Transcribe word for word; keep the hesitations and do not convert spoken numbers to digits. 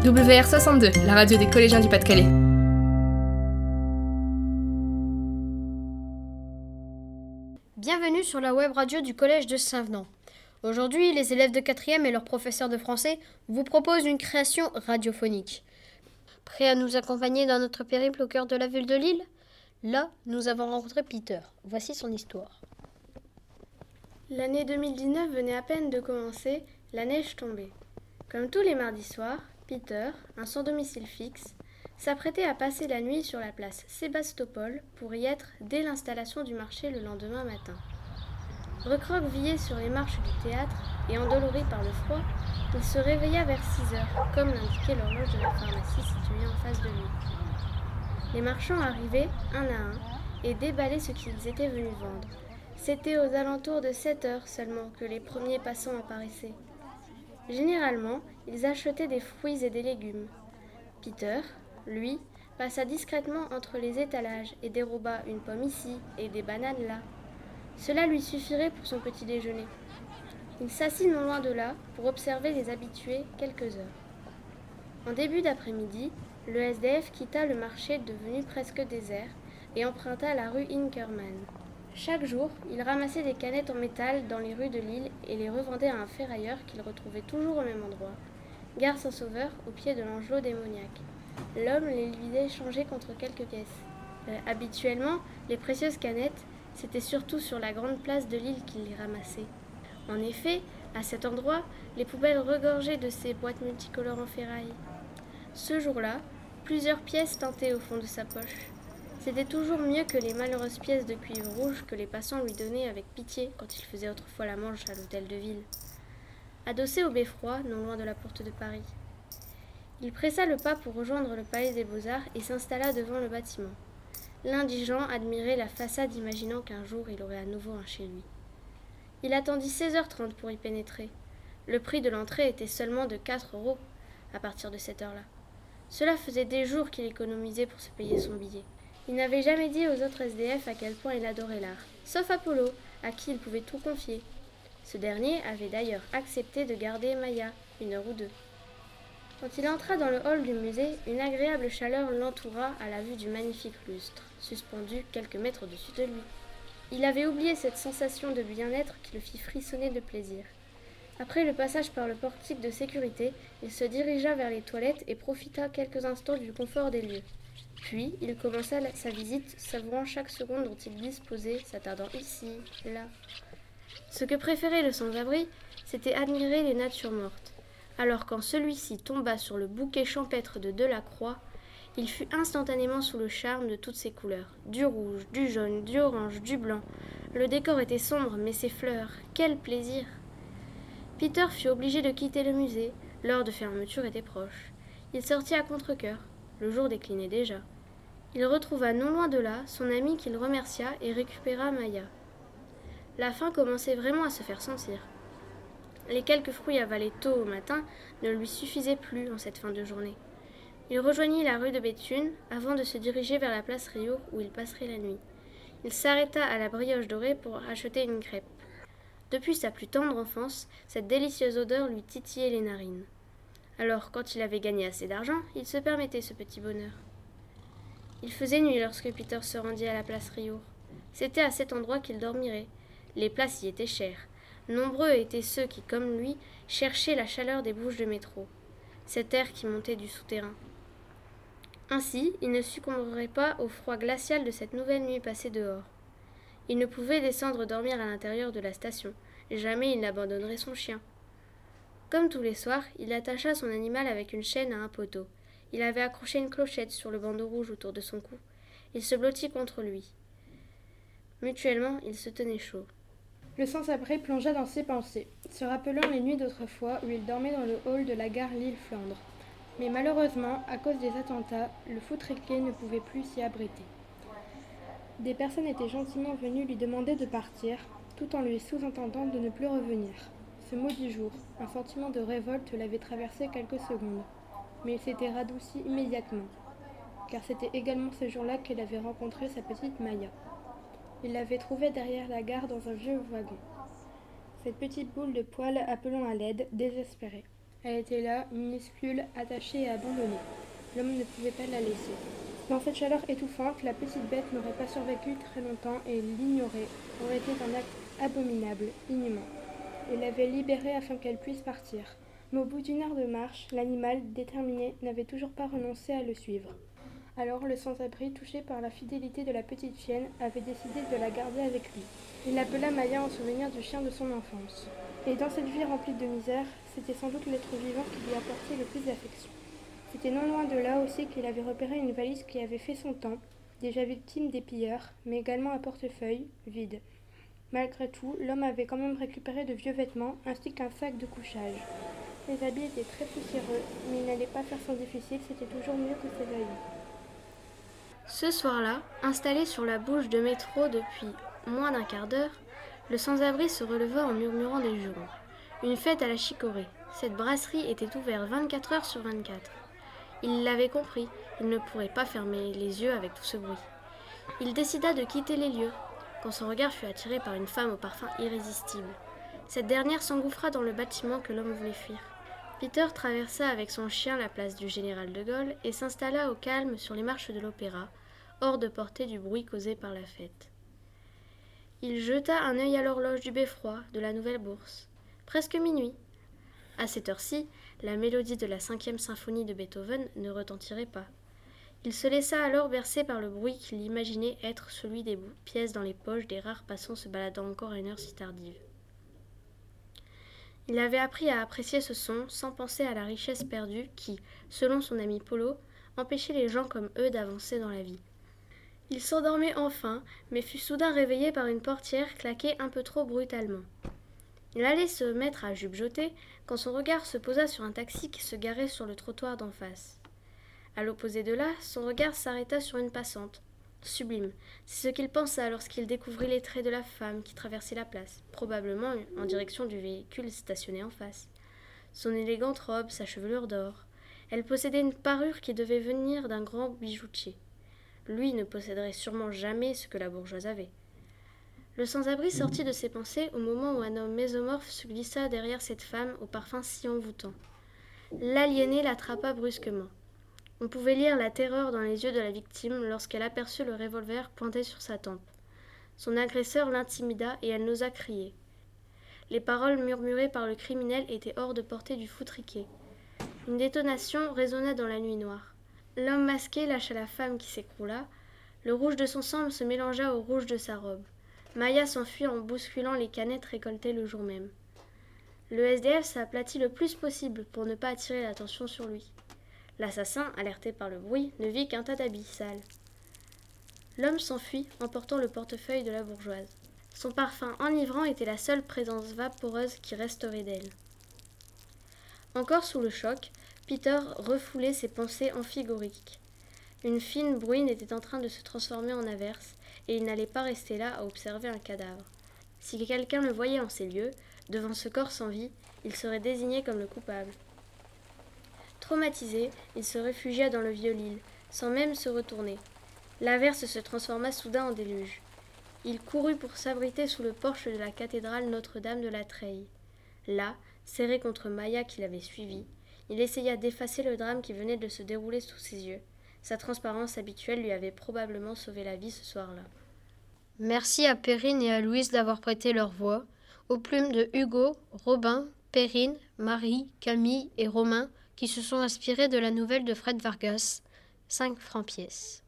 W R soixante-deux, la radio des collégiens du Pas-de-Calais. Bienvenue sur la web radio du collège de Saint-Venant. Aujourd'hui, les élèves de quatrième et leurs professeurs de français vous proposent une création radiophonique. Prêts à nous accompagner dans notre périple au cœur de la ville de Lille ? Là, nous avons rencontré Peter. Voici son histoire. L'année deux mille dix-neuf venait à peine de commencer, la neige tombait. Comme tous les mardis soirs, Peter, un sans domicile fixe, s'apprêtait à passer la nuit sur la place Sébastopol pour y être dès l'installation du marché le lendemain matin. Recroquevillé sur les marches du théâtre et endolori par le froid, il se réveilla vers six heures, comme l'indiquait l'horloge de la pharmacie située en face de lui. Les marchands arrivaient, un à un, et déballaient ce qu'ils étaient venus vendre. C'était aux alentours de sept heures seulement que les premiers passants apparaissaient. Généralement, ils achetaient des fruits et des légumes. Peter, lui, passa discrètement entre les étalages et déroba une pomme ici et des bananes là. Cela lui suffirait pour son petit déjeuner. Il s'assit non loin de là pour observer les habitués quelques heures. En début d'après-midi, le S D F quitta le marché devenu presque désert et emprunta la rue Inkerman. Chaque jour, il ramassait des canettes en métal dans les rues de Lille et les revendait à un ferrailleur qu'il retrouvait toujours au même endroit, gare Saint-Sauveur, au pied de l'Angelot démoniaque. L'homme les lui échangeait contre quelques pièces. Euh, habituellement, les précieuses canettes, c'était surtout sur la grande place de Lille qu'il les ramassait. En effet, à cet endroit, les poubelles regorgeaient de ces boîtes multicolores en ferraille. Ce jour-là, plusieurs pièces tintaient au fond de sa poche. C'était toujours mieux que les malheureuses pièces de cuivre rouge que les passants lui donnaient avec pitié quand il faisait autrefois la manche à l'hôtel de ville. Adossé au beffroi, non loin de la porte de Paris. Il pressa le pas pour rejoindre le palais des Beaux-Arts et s'installa devant le bâtiment. L'indigent admirait la façade imaginant qu'un jour il aurait à nouveau un chez lui. Il attendit seize heures trente pour y pénétrer. Le prix de l'entrée était seulement de quatre euros à partir de cette heure-là. Cela faisait des jours qu'il économisait pour se payer son billet. Il n'avait jamais dit aux autres S D F à quel point il adorait l'art, sauf Apollo, à qui il pouvait tout confier. Ce dernier avait d'ailleurs accepté de garder Maya, une heure ou deux. Quand il entra dans le hall du musée, une agréable chaleur l'entoura à la vue du magnifique lustre, suspendu quelques mètres au-dessus de lui. Il avait oublié cette sensation de bien-être qui le fit frissonner de plaisir. Après le passage par le portique de sécurité, il se dirigea vers les toilettes et profita quelques instants du confort des lieux. Puis, il commença sa visite, savourant chaque seconde dont il disposait, s'attardant ici, là. Ce que préférait le sans-abri, c'était admirer les natures mortes. Alors quand celui-ci tomba sur le bouquet champêtre de Delacroix, il fut instantanément sous le charme de toutes ses couleurs. Du rouge, du jaune, du orange, du blanc. Le décor était sombre, mais ses fleurs, quel plaisir! Peter fut obligé de quitter le musée, l'heure de fermeture était proche. Il sortit à contre-cœur, le jour déclinait déjà. Il retrouva non loin de là son ami qu'il remercia et récupéra Maya. La faim commençait vraiment à se faire sentir. Les quelques fruits avalés tôt au matin ne lui suffisaient plus en cette fin de journée. Il rejoignit la rue de Béthune avant de se diriger vers la place Riault où il passerait la nuit. Il s'arrêta à la brioche dorée pour acheter une crêpe. Depuis sa plus tendre enfance, cette délicieuse odeur lui titillait les narines. Alors, quand il avait gagné assez d'argent, il se permettait ce petit bonheur. Il faisait nuit lorsque Peter se rendit à la place Riault. C'était à cet endroit qu'il dormirait. Les places y étaient chères. Nombreux étaient ceux qui, comme lui, cherchaient la chaleur des bouches de métro, cet air qui montait du souterrain. Ainsi, il ne succomberait pas au froid glacial de cette nouvelle nuit passée dehors. Il ne pouvait descendre dormir à l'intérieur de la station. Jamais il n'abandonnerait son chien. Comme tous les soirs, il attacha son animal avec une chaîne à un poteau. Il avait accroché une clochette sur le bandeau rouge autour de son cou. Il se blottit contre lui. Mutuellement, ils se tenaient chaud. Le sans-abri plongea dans ses pensées, se rappelant les nuits d'autrefois où il dormait dans le hall de la gare Lille-Flandre. Mais malheureusement, à cause des attentats, le foutriquet ne pouvait plus s'y abriter. Des personnes étaient gentiment venues lui demander de partir, tout en lui sous-entendant de ne plus revenir. Ce maudit jour, un sentiment de révolte l'avait traversé quelques secondes, mais il s'était radouci immédiatement, car c'était également ce jour-là qu'il avait rencontré sa petite Maya. Il l'avait trouvée derrière la gare dans un vieux wagon. Cette petite boule de poils appelant à l'aide, désespérée. Elle était là, minuscule, attachée et abandonnée. L'homme ne pouvait pas la laisser. Dans cette chaleur étouffante, la petite bête n'aurait pas survécu très longtemps et l'ignorer aurait été un acte abominable, inhumain. Il l'avait libérée afin qu'elle puisse partir. Mais au bout d'une heure de marche, l'animal, déterminé, n'avait toujours pas renoncé à le suivre. Alors le sans-abri, touché par la fidélité de la petite chienne, avait décidé de la garder avec lui. Il l'appela Maya en souvenir du chien de son enfance. Et dans cette vie remplie de misère, c'était sans doute l'être vivant qui lui apportait le plus d'affection. C'était non loin de là aussi qu'il avait repéré une valise qui avait fait son temps, déjà victime des pilleurs, mais également un portefeuille, vide. Malgré tout, l'homme avait quand même récupéré de vieux vêtements, ainsi qu'un sac de couchage. Les habits étaient très poussiéreux, mais il n'allait pas faire sans difficile, c'était toujours mieux que s'éveiller. Ce soir-là, installé sur la bouche de métro depuis moins d'un quart d'heure, le sans-abri se releva en murmurant des jurons. Une fête à la chicorée. Cette brasserie était ouverte vingt-quatre heures sur vingt-quatre. Il l'avait compris, il ne pourrait pas fermer les yeux avec tout ce bruit. Il décida de quitter les lieux, quand son regard fut attiré par une femme au parfum irrésistible. Cette dernière s'engouffra dans le bâtiment que l'homme voulait fuir. Peter traversa avec son chien la place du Général de Gaulle et s'installa au calme sur les marches de l'Opéra, hors de portée du bruit causé par la fête. Il jeta un œil à l'horloge du beffroi de la Nouvelle Bourse. Presque minuit. À cette heure-ci, la mélodie de la cinquième symphonie de Beethoven ne retentirait pas. Il se laissa alors bercer par le bruit qu'il imaginait être celui des pièces dans les poches des rares passants se baladant encore à une heure si tardive. Il avait appris à apprécier ce son sans penser à la richesse perdue qui, selon son ami Polo, empêchait les gens comme eux d'avancer dans la vie. Il s'endormait enfin, mais fut soudain réveillé par une portière claquée un peu trop brutalement. Il allait se mettre à jubejoter quand son regard se posa sur un taxi qui se garait sur le trottoir d'en face. À l'opposé de là, son regard s'arrêta sur une passante. Sublime, c'est ce qu'il pensa lorsqu'il découvrit les traits de la femme qui traversait la place, probablement en direction du véhicule stationné en face. Son élégante robe, sa chevelure d'or. Elle possédait une parure qui devait venir d'un grand bijoutier. Lui ne posséderait sûrement jamais ce que la bourgeoise avait. Le sans-abri sortit de ses pensées au moment où un homme mésomorphe se glissa derrière cette femme au parfum si envoûtant. L'aliéné l'attrapa brusquement. On pouvait lire la terreur dans les yeux de la victime lorsqu'elle aperçut le revolver pointé sur sa tempe. Son agresseur l'intimida et elle n'osa crier. Les paroles murmurées par le criminel étaient hors de portée du foutriquet. Une détonation résonna dans la nuit noire. L'homme masqué lâcha la femme qui s'écroula. Le rouge de son sang se mélangea au rouge de sa robe. Maya s'enfuit en bousculant les canettes récoltées le jour même. Le S D F s'aplatit le plus possible pour ne pas attirer l'attention sur lui. L'assassin, alerté par le bruit, ne vit qu'un tas d'habits sales. L'homme s'enfuit, emportant le portefeuille de la bourgeoise. Son parfum enivrant était la seule présence vaporeuse qui resterait d'elle. Encore sous le choc, Peter refoulait ses pensées amphigoriques. Une fine bruine était en train de se transformer en averse, et il n'allait pas rester là à observer un cadavre. Si quelqu'un le voyait en ces lieux, devant ce corps sans vie, il serait désigné comme le coupable. Traumatisé, il se réfugia dans le vieux Lille, sans même se retourner. L'averse se transforma soudain en déluge. Il courut pour s'abriter sous le porche de la cathédrale Notre-Dame de la Treille. Là, serré contre Maya qui l'avait suivi, il essaya d'effacer le drame qui venait de se dérouler sous ses yeux. Sa transparence habituelle lui avait probablement sauvé la vie ce soir-là. Merci à Perrine et à Louise d'avoir prêté leur voix, aux plumes de Hugo, Robin, Perrine, Marie, Camille et Romain qui se sont inspirés de la nouvelle de Fred Vargas, cinq francs pièces.